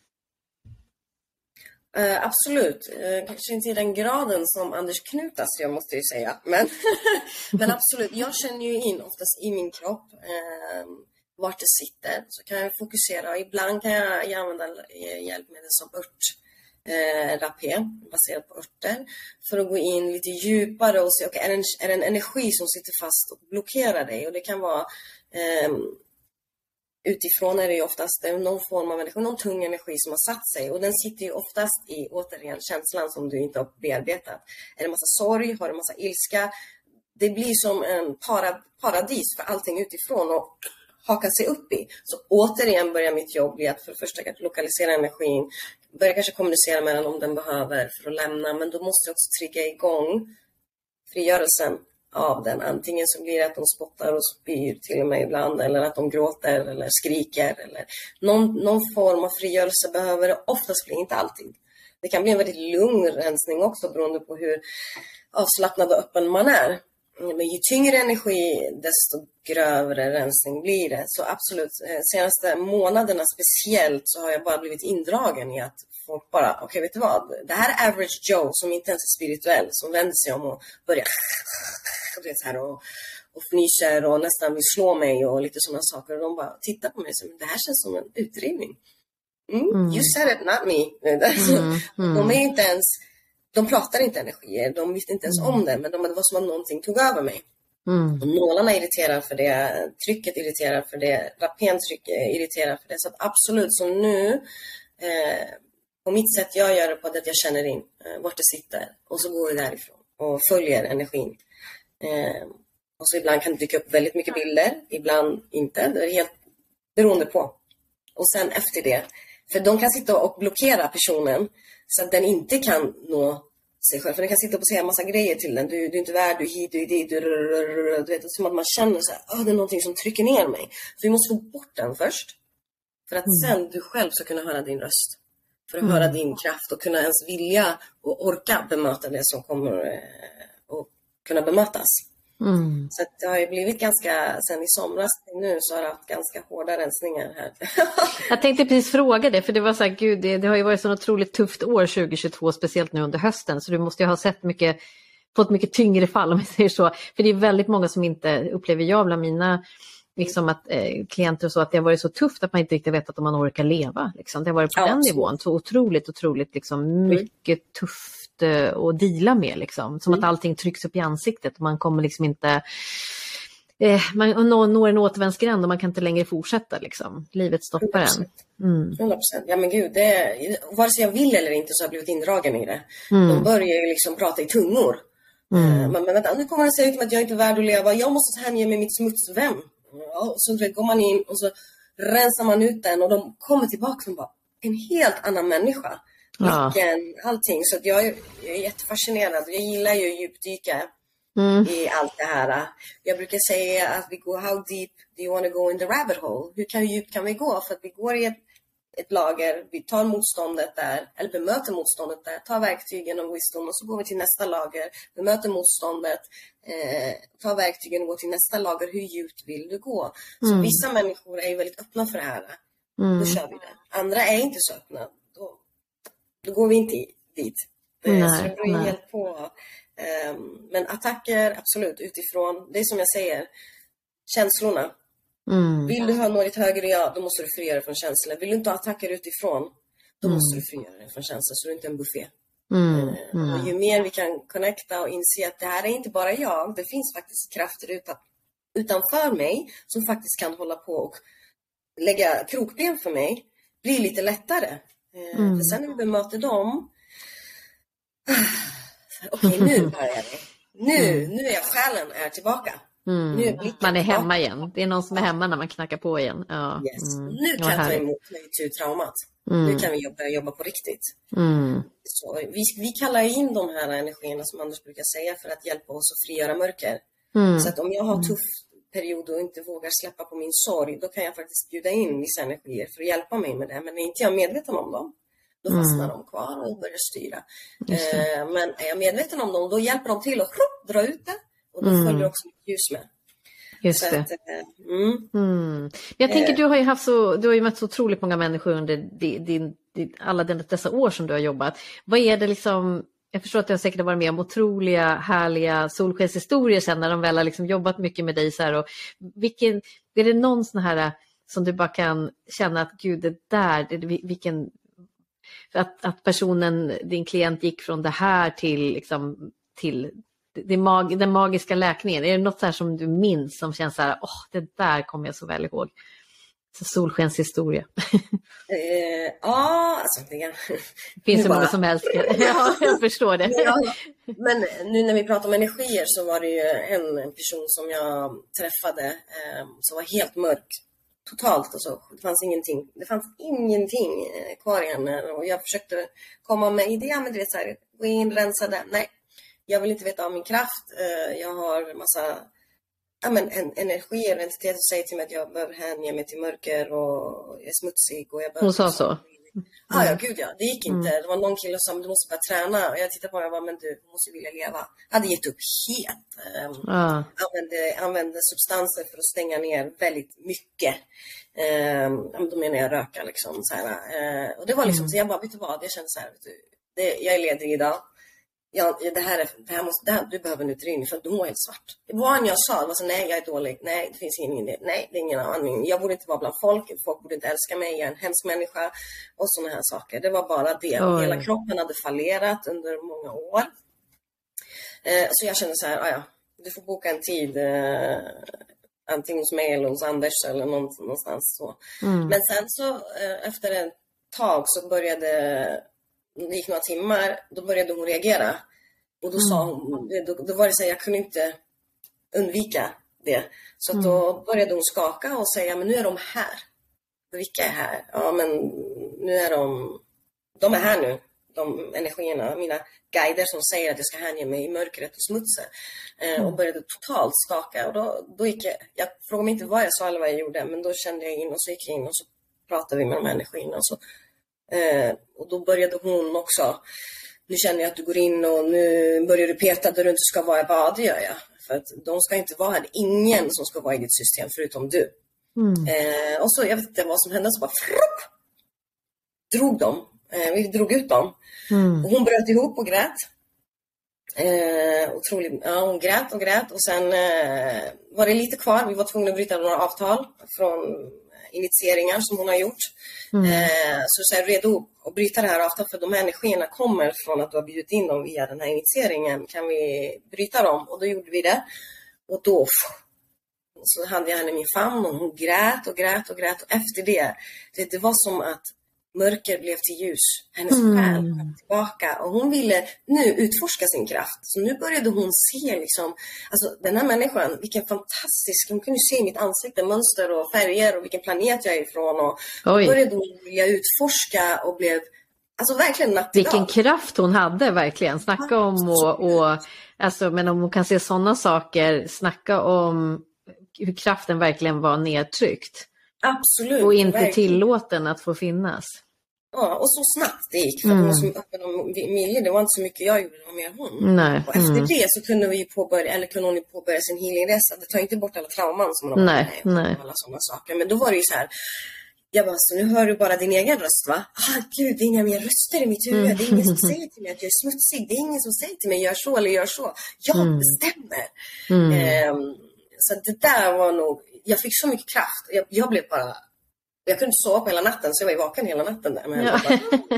Uh, absolut. Uh, kanske inte i den graden som Anders Knutas, jag måste ju säga. Men, men absolut, jag känner ju in oftast i min kropp uh, vart det sitter. Så kan jag fokusera. Ibland kan jag, jag använda hjälpmedel som örtterapi uh, baserat på örter. För att gå in lite djupare och se, okay, är, det en, är det en energi som sitter fast och blockerar dig? Och det kan vara... Um, Utifrån är det ju oftast någon form av energi, någon tung energi som har satt sig. Och den sitter ju oftast i, återigen, känslan som du inte har bearbetat. Är det massa sorg, har det massa ilska. Det blir som en para, paradis för allting utifrån och haka sig upp i. Så återigen börjar mitt jobb bli att för det första lokalisera energin. Börja kanske kommunicera med den om den behöver för att lämna. Men då måste jag också trigga igång frigörelsen av den. Antingen så blir det att de spottar och spyr till och med ibland, eller att de gråter eller skriker, eller någon, någon form av frigörelse behöver det oftast bli, inte alltid. Det kan bli en väldigt lugn rensning också beroende på hur avslappnad och öppen man är. Men ju tyngre energi, desto grövre rensning blir det. Så absolut, senaste månaderna speciellt så har jag bara blivit indragen i att folk bara, okej okay, vet du vad? Det här är average Joe som inte ens är spirituell, som vänder sig om och börjar så här och, och fnyser och nästan vill slå mig och lite sådana saker. Och de bara tittar på mig och säger, det här känns som en utdrivning. Mm, mm. You said it, not me. Mm, mm. De är inte ens, de pratar inte energier, de visste inte ens mm. om det, men de, det var som att någonting tog över mig. Mm. Nålarna irriterar för det, trycket irriterar för det, rapentryck irriterar för det. Så att absolut, så nu eh, på mitt sätt jag gör det på att jag känner in eh, vart det sitter. Och så går vi därifrån och följer energin. Eh, och så ibland kan det dyka upp väldigt mycket bilder, ibland inte. Det är helt beroende på. Och sen efter det, för de kan sitta och blockera personen så att den inte kan nå sig själv. För den kan sitta och säga en massa grejer till den. Du, du är inte värd, du är hit, du är dit. Du, du vet, som att man känner så här, oh, det är någonting som trycker ner mig. Så vi måste få bort den först. För att mm. sen du själv ska kunna höra din röst. För att mm. höra din kraft och kunna ens vilja och orka bemöta det som kommer eh, och kunna bemötas. Mm. Så att det har ju blivit ganska, sen i somras nu så har det haft ganska hårda rensningar här. Jag tänkte precis fråga det, för det var så här, gud, det, det har ju varit så otroligt tufft år tjugohundratjugotvå, speciellt nu under hösten, så du måste ju ha sett mycket, fått mycket tyngre fall om vi säger så. För det är väldigt många som inte upplever, jag bland mina liksom att, eh, klienter och så, att det har varit så tufft att man inte riktigt vet att om man orkar leva. Liksom. Det har varit på ja, den absolut. Nivån, så otroligt, otroligt liksom, mycket mm. tufft att deala med. Liksom. Som mm. att allting trycks upp i ansiktet och man kommer liksom inte... Eh, man når en återvändsgränd och man kan inte längre fortsätta. Liksom. Livet stoppar en. Mm. hundra procent. Ja men gud, det, vare sig jag vill eller inte så har jag blivit indragen i det. Mm. De börjar ju liksom prata i tungor. Mm. Men, men vänta, nu kommer det säga ut att jag inte är värd att leva. Jag måste hänge med mitt smutsvän. Ja, så går man in och så rensar man ut den och de kommer tillbaka som bara en helt annan människa. Ja. Vilken, allting. Så att jag, är, jag är jättefascinerad. Jag gillar ju att djupdyka mm. i allt det här. Jag brukar säga att vi går, how deep do you want to go in the rabbit hole? Hur, kan, hur djupt kan vi gå? För att vi går i ett, ett lager, vi tar motståndet där, eller bemöter motståndet där, tar verktygen och wisdom och så går vi till nästa lager, bemöter motståndet, eh, tar verktygen och går till nästa lager. Hur djupt vill du gå? Så mm. vissa människor är ju väldigt öppna för det här. Mm. Då kör vi det. Andra är inte så öppna. Då, då går vi inte dit. Nej, så det beror ju helt på. Um, men attacker, absolut, utifrån, det är som jag säger, känslorna. Mm. Vill du ha något högre, ja, då måste du frigöra dig från känslor. Vill du inte ha attacker utifrån, då mm. måste du frigöra dig från känslor, så du är inte en buffé. Mm. Mm. Och ju mer vi kan connecta och inse att det här är inte bara jag, det finns faktiskt krafter utan, utanför mig som faktiskt kan hålla på och lägga krokben för mig, blir lite lättare. Mm. För sen när vi bemöter dem, okej, okay, nu börjar det. Nu, nu är jag, själen är tillbaka. Mm. Nu är man är hemma igen. Det är någon som är hemma när man knackar på igen. Ja. Yes. Mm. Nu kan jag ta emot mig till traumat. Mm. Nu kan vi jobba, jobba på riktigt. Mm. Så vi, vi kallar in de här energierna som Anders brukar säga för att hjälpa oss att frigöra mörker. Mm. Så att om jag har tuff period och inte vågar släppa på min sorg, då kan jag faktiskt bjuda in vissa energier för att hjälpa mig med det. Men är inte jag medveten om dem, då fastnar mm. de kvar och börjar styra. Eh, men är jag medveten om dem, då hjälper de till att hup, dra ut det. Och då mm. följer också mitt ljus med. Just så det. Att, eh, mm. Mm. Jag tänker, du har ju haft så, du har ju mött så otroligt många människor under din, din, din, alla dessa år som du har jobbat. Vad är det liksom, jag förstår att du har säkert varit med om otroliga, härliga solskenshistorier sen när de väl har liksom jobbat mycket med dig. Så här, och vilken, är det någon sån här som du bara kan känna att gud, det där, det, vilken... Att, att personen, din klient gick från det här till, liksom, till det mag, den magiska läkningen. Är det något så här som du minns som känns så här, åh, oh, det där kommer jag så väl ihåg. Så solskenshistoria. Eh, ja, alltså det finns det många som älskar. Ja, jag förstår det. Ja, men nu när vi pratar om energier så var det ju en person som jag träffade eh, som var helt mörk. Totalt, alltså. Det fanns ingenting. Det fanns ingenting kvar i henne. Och jag försökte komma med idéer med det så här. Gå in, rensa det. Nej, jag vill inte veta av min kraft. Jag har en massa ja, men, en, energier och entiteter som säger till mig att jag behöver hänge mig till mörker och jag är smutsig. Och jag behöver... Hon sa så? Mm. Ah, ja, gud ja. Det gick inte. Mm. Det var någon kille som, du måste börja träna. Och jag tittade på honom och jag bara, men du måste vilja leva. Jag hade gett upp helt. Um, ah. använde, använde substanser för att stänga ner väldigt mycket. Um, då menar jag röka liksom. Så här, uh, och det var liksom, mm. så jag bara, vet du vad? Jag kände så här, vet du, det, jag är ledig idag. Ja, det här är, det här måste, det här, du behöver en utredning för att du mår helt svart. Vad han jag sa, det var så, nej jag är dålig, nej det finns ingen idé, nej det är ingen anledning. Jag borde inte vara bland folk, folk borde inte älska mig, jag är en hemsk människa och sådana här saker. Det var bara det, Oj. Hela kroppen hade fallerat under många år. Eh, så jag kände så här, ja du får boka en tid. Eh, antingen hos mig eller hos Anders eller någonstans så. Mm. Men sen så eh, efter ett tag så började, det gick några timmar, då började hon reagera. Och då mm. sa hon, då, då var det så här, jag kunde inte undvika det. Så att då mm. började hon skaka och säga, men nu är de här. Vilka är här? Ja, men nu är de, de är här nu. De energierna, mina guider som säger att jag ska hänge mig i mörkret och smutsen. Eh, mm. Och började totalt skaka. Och då, då gick jag, jag frågade mig inte vad jag sa eller vad jag gjorde. Men då kände jag in och så gick jag in och så pratade vi med de här energierna. Och, så, eh, och då började hon också, nu känner jag att du går in och nu börjar du peta där du inte ska vara. Jag bara, det gör jag. För att de ska inte vara här. Ingen som ska vara i ditt system förutom du. Mm. Eh, och så, jag vet inte vad som hände, så bara frupp, drog dem. Eh, vi drog ut dem. Mm. Och hon bröt ihop och grät. Eh, otroligt, ja, hon grät och grät. Och sen eh, var det lite kvar. Vi var tvungna att bryta några avtal från initieringar som hon har gjort. Mm. Eh, så så är jag redo att bryta det här avtalet. För de här energierna kommer från att du har bjudit in dem via den här initieringen. Kan vi bryta dem? Och då gjorde vi det. Och då så hade jag henne i min famn och hon grät och grät och grät. Och efter det, det, det var som att mörker blev till ljus. Hennes mm. själ kom tillbaka. Och hon ville nu utforska sin kraft. Så nu började hon se liksom, alltså den här människan, vilken fantastisk, hon kunde se i mitt ansikte mönster och färger och vilken planet jag är ifrån. Och då började hon vilja utforska och blev, alltså verkligen natt idag. Vilken kraft hon hade verkligen. Snacka om och, och alltså, men om hon kan se sådana saker, snacka om hur kraften verkligen var nedtryckt. Absolut. Och inte verkligen tillåten att få finnas. Ja, och så snabbt det gick. För mm. att hon var så öppen och villig. Det var inte så mycket jag gjorde, det var mer hon. Nej. Och efter mm. det så kunde vi påbörja, eller kunde hon påbörja sin healingresa. Det tar inte bort alla trauman som hon har nej, med, nej. alla sådana saker. Men då var det ju så här, jag bara, så nu hör du bara din egen röst, va? Ah, gud, det är inga mer röster i mitt huvud. Mm. Det är ingen som säger till mig att jag är smutsig. Det är ingen som säger till mig, gör så eller gör så. Jag mm. bestämmer. Mm. Um, så det där var nog, jag fick så mycket kraft. Jag, jag blev bara, jag kunde inte sova på hela natten, så jag var vaken hela natten där. Men ja. Bara,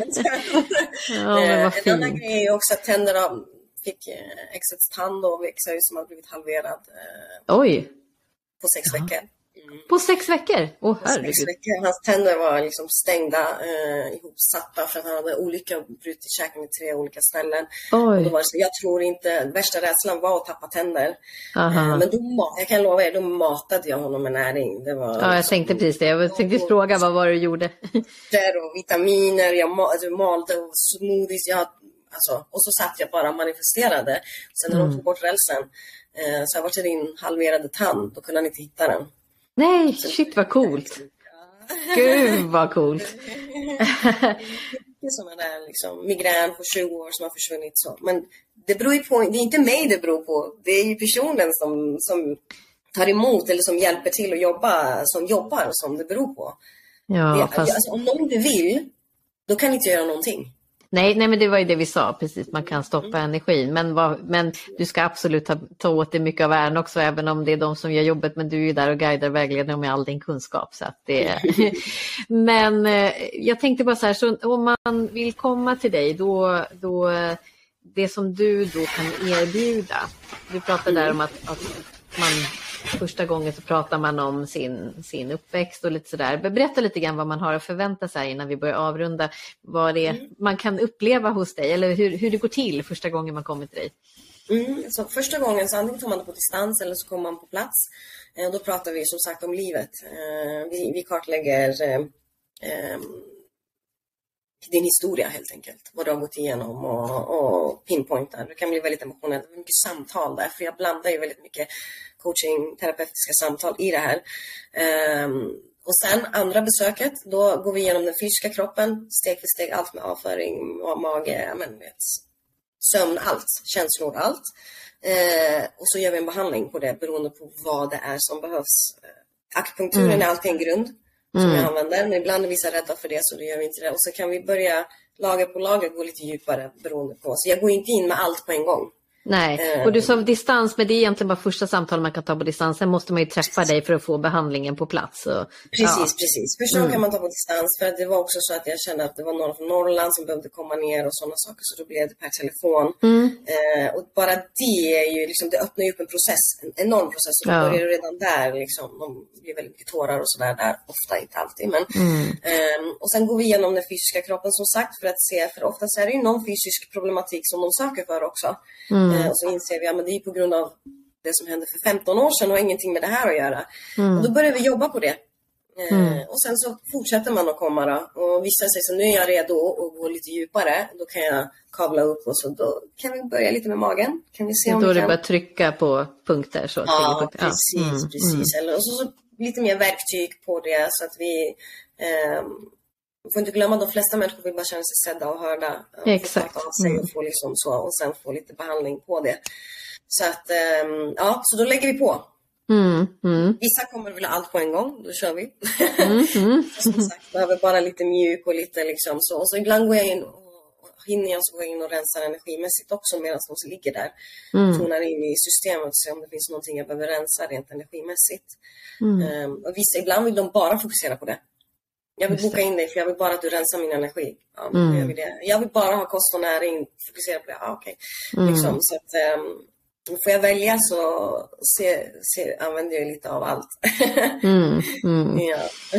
ja, men vad fint. En annan grej är också att tänderna fick exets tand och växer som har blivit halverad. Oj. På sex ja. veckor. Mm. På sex veckor? Åh, oh, herregud. Sex veckor. Hans tänder var liksom stängda, eh, ihopsatta för att han hade olika brutit käken i tre olika ställen. Och då var det så, jag tror inte, värsta rädslan var att tappa tänder. Eh, men då, jag kan lova er, då matade jag honom med näring. Det var, ja, jag tänkte precis det. Jag tänkte och, fråga vad var det du gjorde. och vitaminer, jag mal, malde och smoothies. Jag, alltså, och så satt jag bara och manifesterade. Sen när mm. de tog bort rälsen, eh, så jag var till din halverade tand. Då kunde han inte hitta den. Nej, shit vad coolt. Gud vad coolt. Det är som en där liksom, migrän på tjugo år som har försvunnit så. Men det beror ju på, det är inte mig det beror på. Det är ju personen som, som tar emot eller som hjälper till att jobba, som jobbar som det beror på. Ja, det, fast... alltså, om någon inte vill, då kan inte göra någonting. Nej, nej, men det var ju det vi sa, precis, man kan stoppa mm. energin. Men, vad, men du ska absolut ta, ta åt dig mycket av äran också, även om det är de som gör jobbet. Men du är ju där och guidar och vägleder med all din kunskap. Så att det... men eh, jag tänkte bara så här, så om man vill komma till dig, då, då det som du då kan erbjuda. Du pratade där om att, att man... Första gången så pratar man om sin, sin uppväxt och lite sådär. Berätta lite grann vad man har att förvänta sig innan vi börjar avrunda. Vad det är mm. man kan uppleva hos dig eller hur, hur det går till första gången man kommer till dig. Mm, så första gången så antingen tar man det på distans eller så kommer man på plats. Eh, då pratar vi som sagt om livet. Eh, vi, vi kartlägger eh, eh, din historia helt enkelt. Vad du har gått igenom och, och pinpointar. Det kan bli väldigt emotionellt. Det är mycket samtal där. För jag blandar ju väldigt mycket coaching, terapeutiska samtal i det här. Um, och sen andra besöket, då går vi igenom den fysiska kroppen. Steg för steg, allt med avföring, mage, men, vet, sömn, allt. Känslor, allt. Uh, och så gör vi en behandling på det beroende på vad det är som behövs. Uh, akupunkturen mm. är alltid en grund. Som mm. jag använder, men ibland är vissa rädda för det så då gör vi inte det. Och så kan vi börja lager på lager gå lite djupare beroende på. Så jag går inte in med allt på en gång. Nej, och du sa distans, men det är egentligen bara första samtal man kan ta på distans. Sen måste man ju träffa precis. dig för att få behandlingen på plats. Och, precis, ja. precis. Första mm. kan man ta på distans, för att det var också så att jag kände att det var några från Norrland som behövde komma ner och sådana saker, så då blev det per telefon. Mm. Eh, och bara det är ju liksom, det öppnar ju upp en process, en enorm process. Och då ja. börjar det redan där liksom, de blir väldigt mycket tårar och sådär där, ofta, inte alltid. Men, mm. eh, och sen går vi igenom den fysiska kroppen som sagt, för att se, för oftast är det ju någon fysisk problematik som de söker för också. Mm. Eh, och så inser vi, ja men det är på grund av det som hände för femton år sedan och ingenting med det här att göra. Mm. Och då börjar vi jobba på det. Eh, mm. Och sen så fortsätter man att komma då. Och visar sig så nu är jag redo att gå lite djupare. Då kan jag kavla upp och så då kan vi börja lite med magen. Kan vi se om då vi är det kan... bara trycka på punkter. Så ja, punkter. precis. Ja. Mm. precis. Eller, och så, så lite mer verktyg på det så att vi... Eh, man får inte glömma att de flesta människor vill bara känna sig sedda och hörda. Och exakt. Av sig och, få liksom så, och sen få lite behandling på det. Så att, um, ja, så då lägger vi på. Mm, mm. Vissa kommer vilja allt på en gång, då kör vi. Mm, mm. Som sagt, behöver bara lite mjuk och lite liksom så. Och så ibland går jag in och, och hinner jag så gå in och rensar energimässigt också medan de ligger där. Mm. Tonar in i systemet och se om det finns någonting jag behöver rensa rent energimässigt. Mm. Um, och vissa, ibland vill de bara fokusera på det. Jag vill boka in dig för jag vill bara att du rensar min energi. Ja, mm. jag, vill det. jag vill bara ha kost och näring. Fokusera på det. Ja, okej. Okay. Mm. Liksom, så att, um, får jag välja så se, se, använder jag lite av allt. mm. Mm. Ja.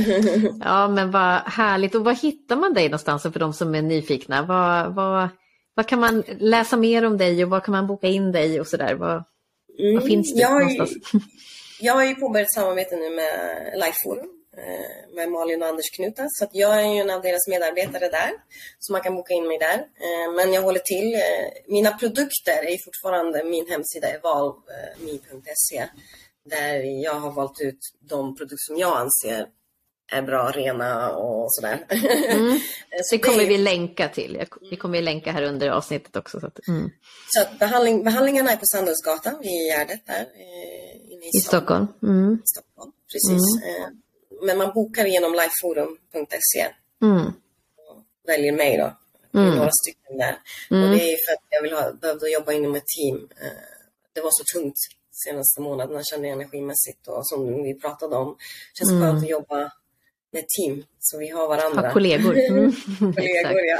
ja, men vad härligt. Och vad hittar man dig någonstans för de som är nyfikna? Vad, vad, vad kan man läsa mer om dig och vad kan man boka in dig och sådär? Vad, mm. vad finns det jag, någonstans? jag har ju påbörjat ett samarbete nu med Lifeforum. Med Malin och Anders Knutas. Så att jag är ju en av deras medarbetare där. Så man kan boka in mig där. Men jag håller till. Mina produkter är fortfarande, min hemsida är valme punkt se. Där jag har valt ut de produkter som jag anser är bra, rena och sådär. Mm. Så det kommer det är... vi länka till. Vi kommer att länka här under avsnittet också. Så att, mm. så att behandling, behandlingarna är på Sandelsgatan vid Gärdet där. Inne i, I Stockholm. Mm. Stockholm, precis. Mm. Men man bokar genom lifeforum punkt se. Mm. Och väljer mig då. Mm. Några stycken där. Mm. Och det är för att jag vill ha, behövde jobba inom ett team. Det var så tungt senaste månaderna, kände jag energimässigt. Och som vi pratade om. Det känns mm. skönt att jobba med ett team. Så vi har varandra. Ha kollegor. Mm. kollegor, ja.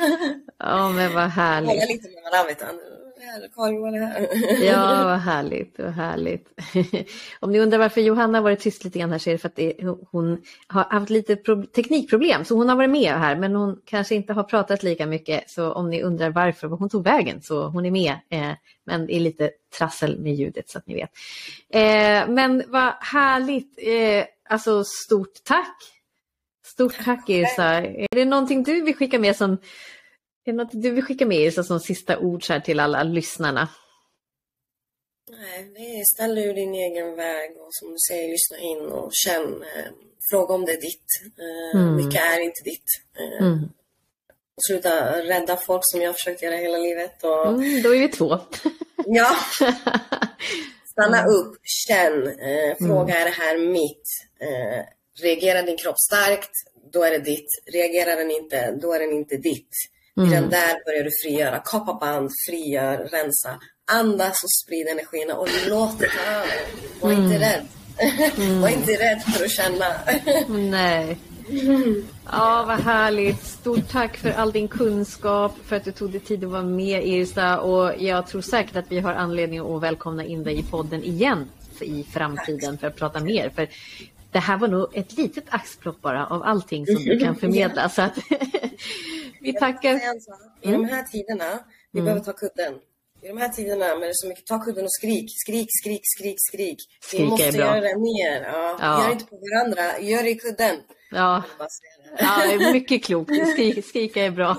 Ja, men vad härligt. Hålla lite med varandra, vet du. Ja, vad härligt, vad härligt. Om ni undrar varför Johanna har varit tyst lite grann här så är det för att det, hon har haft lite pro- teknikproblem. Så hon har varit med här men hon kanske inte har pratat lika mycket. Så om ni undrar varför hon tog vägen så hon är med. Eh, men det är lite trassel med ljudet så att ni vet. Eh, men vad härligt. Eh, alltså stort tack. Stort tack Irsa. Är det någonting du vill skicka med som... Är det något du vill skicka med er som sista ord så här till alla lyssnarna? Nej, det är ställ ur din egen väg och som du säger, lyssna in och känn. Eh, fråga om det är ditt. Eh, mm. Mycket är inte ditt. Eh, mm. Och sluta rädda folk som jag har försökt göra hela livet. Och... Mm, då är vi två. Ja. Stanna mm. upp, känn. Eh, fråga, mm. är det här mitt? Eh, reagerar din kropp starkt? Då är det ditt. Reagerar den inte? Då är den inte ditt. Mm. I den där börjar du frigöra, kapa band, frigör, rensa, andas och sprid energierna och låt det ta över. Var mm. inte rädd. Mm. Var inte rädd för att känna. Nej. Mm. Ja, vad härligt. Stort tack för all din kunskap, för att du tog dig tid att vara med, Irsa. Och jag tror säkert att vi har anledning att välkomna in dig i podden igen i framtiden tack. För att prata mer. För det här var nog ett litet axplock bara av allting som du kan förmedla. Så att vi tackar. I de här tiderna, vi mm. behöver ta kudden. I de här tiderna med det så mycket, ta kudden och skrik, skrik, skrik, skrik, skrik. Vi måste göra det mer. Ja. Ja. Gör inte på varandra, gör det i kudden. Ja, ja det är mycket klokt. Skrik, skrika är bra.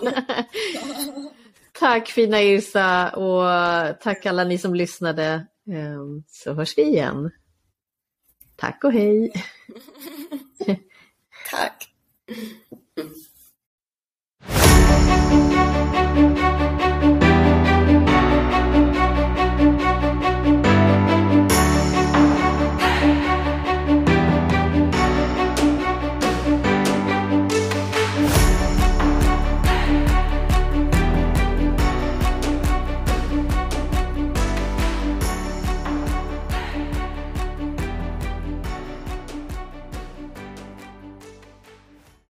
Tack fina Irsa och tack alla ni som lyssnade. Så hörs vi igen. Tack och hej. Tack.